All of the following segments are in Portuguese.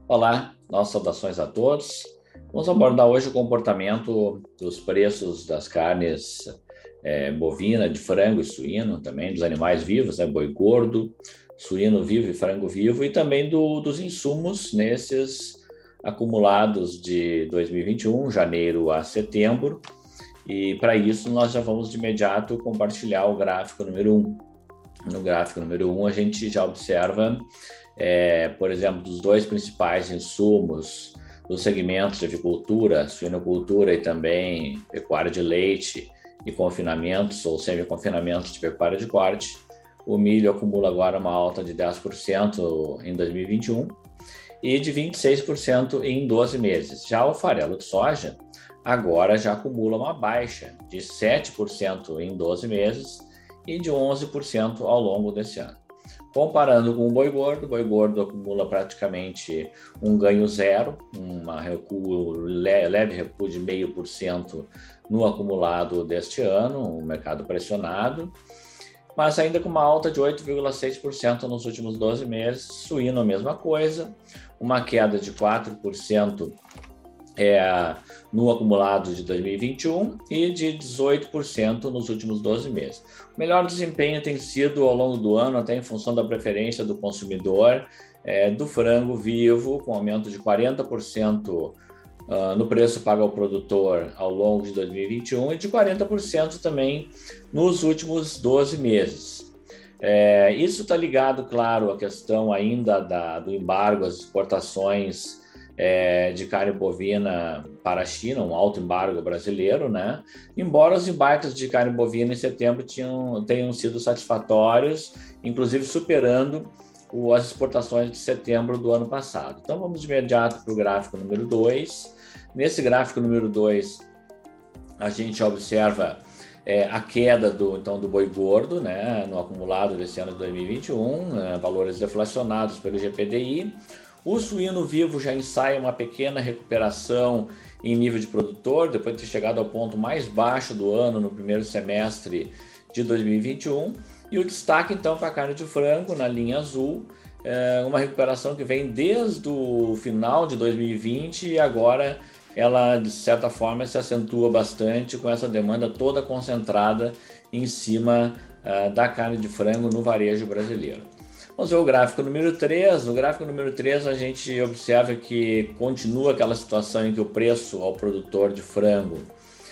Olá, nossas saudações a todos. Vamos abordar hoje o comportamento dos preços das carnes bovina, de frango e suíno, também dos animais vivos, né, boi gordo, suíno vivo e frango vivo, e também dos insumos nesses acumulados de 2021, janeiro a setembro. E para isso nós já vamos de imediato compartilhar o gráfico número 1. No gráfico número 1 a gente já observa por exemplo, dos dois principais insumos dos segmentos de avicultura, suinocultura e também pecuária de leite e confinamentos ou semi-confinamentos de pecuária de corte, o milho acumula agora uma alta de 10% em 2021 e de 26% em 12 meses. Já o farelo de soja agora já acumula uma baixa de 7% em 12 meses e de 11% ao longo desse ano. Comparando com o boi gordo acumula praticamente um ganho zero, leve recuo de 0,5% no acumulado deste ano, um mercado pressionado, mas ainda com uma alta de 8,6% nos últimos 12 meses. Suíno, a mesma coisa, uma queda de 4% no acumulado de 2021 e de 18% nos últimos 12 meses. O melhor desempenho tem sido ao longo do ano, até em função da preferência do consumidor, do frango vivo, com aumento de 40% no preço pago ao produtor ao longo de 2021 e de 40% também nos últimos 12 meses. Isso está ligado, claro, à questão ainda do embargo às exportações de carne bovina para a China, um alto embargo brasileiro, né? Embora os embarques de carne bovina em setembro tenham sido satisfatórios, inclusive superando as exportações de setembro do ano passado. Então vamos de imediato para o gráfico número 2. Nesse gráfico número 2, a gente observa a queda do boi gordo, né, no acumulado desse ano de 2021, valores deflacionados pelo GPDI. O suíno vivo já ensaia uma pequena recuperação em nível de produtor, depois de ter chegado ao ponto mais baixo do ano no primeiro semestre de 2021. E o destaque, então, para a carne de frango, na linha azul, uma recuperação que vem desde o final de 2020 e agora ela, de certa forma, se acentua bastante com essa demanda toda concentrada em cima da carne de frango no varejo brasileiro. Vamos ver o gráfico número 3. No gráfico número 3, a gente observa que continua aquela situação em que o preço ao produtor de frango,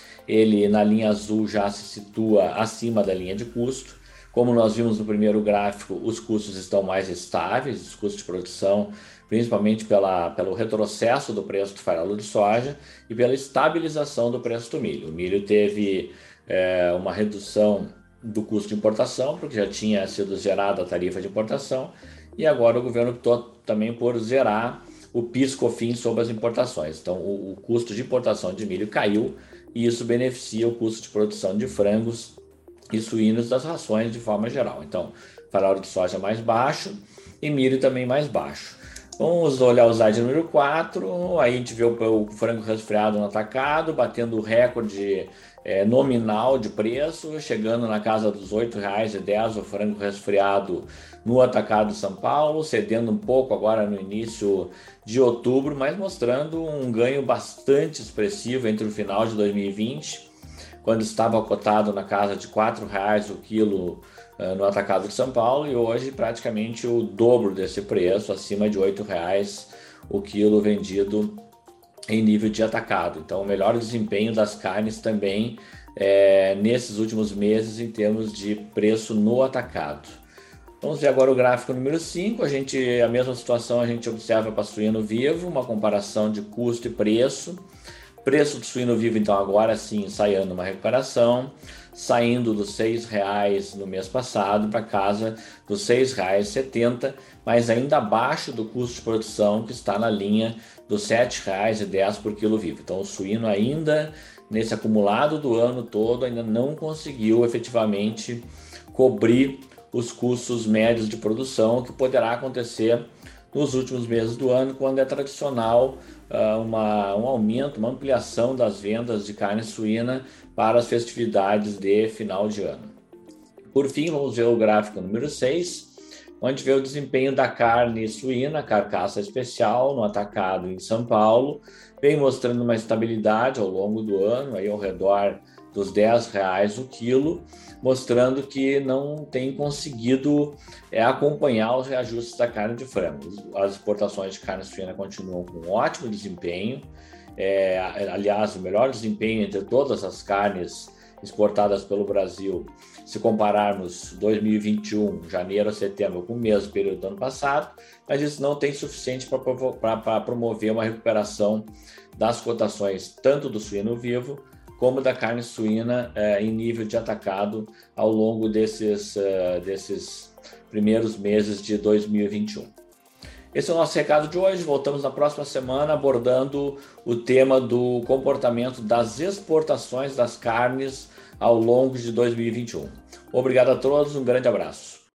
ele na linha azul já se situa acima da linha de custo. Como nós vimos no primeiro gráfico, os custos estão mais estáveis, os custos de produção, principalmente pelo retrocesso do preço do farelo de soja e pela estabilização do preço do milho. O milho teve uma redução do custo de importação, porque já tinha sido zerada a tarifa de importação, e agora o governo optou também por zerar o PIS/COFINS sobre as importações. Então, o custo de importação de milho caiu, e isso beneficia o custo de produção de frangos e suínos das rações de forma geral. Então, farelo de soja mais baixo e milho também mais baixo. Vamos olhar o slide número 4, aí a gente vê o frango resfriado no atacado, batendo o recorde nominal de preço, chegando na casa dos R$ 8,10 o frango resfriado no atacado de São Paulo, cedendo um pouco agora no início de outubro, mas mostrando um ganho bastante expressivo entre o final de 2020, quando estava cotado na casa de R$ 4,00 o quilo no atacado de São Paulo, e hoje praticamente o dobro desse preço, acima de R$ 8,00 o quilo vendido em nível de atacado. Então, o melhor desempenho das carnes também nesses últimos meses em termos de preço no atacado. Vamos ver agora o gráfico número 5. A mesma situação a gente observa para suíno vivo, uma comparação de custo e preço. Preço do suíno vivo, então, agora sim, ensaiando uma recuperação, saindo dos R$ 6,00 no mês passado para casa dos R$ 6,70, mas ainda abaixo do custo de produção, que está na linha dos R$ 7,10 por quilo vivo. Então, o suíno ainda, nesse acumulado do ano todo, ainda não conseguiu efetivamente cobrir os custos médios de produção, que poderá acontecer nos últimos meses do ano, quando é tradicional um aumento, uma ampliação das vendas de carne suína para as festividades de final de ano. Por fim, vamos ver o gráfico número 6. onde vê o desempenho da carne suína, carcaça especial, no atacado em São Paulo, vem mostrando uma estabilidade ao longo do ano, aí ao redor dos R$ 10 o quilo, mostrando que não tem conseguido acompanhar os reajustes da carne de frango. As exportações de carne suína continuam com um ótimo desempenho, aliás, o melhor desempenho entre todas as carnes exportadas pelo Brasil, se compararmos 2021, janeiro a setembro, com o mesmo período do ano passado, mas isso não tem suficiente para promover uma recuperação das cotações tanto do suíno vivo como da carne suína em nível de atacado ao longo desses primeiros meses de 2021. Esse é o nosso recado de hoje. Voltamos na próxima semana abordando o tema do comportamento das exportações das carnes ao longo de 2021. Obrigado a todos, um grande abraço.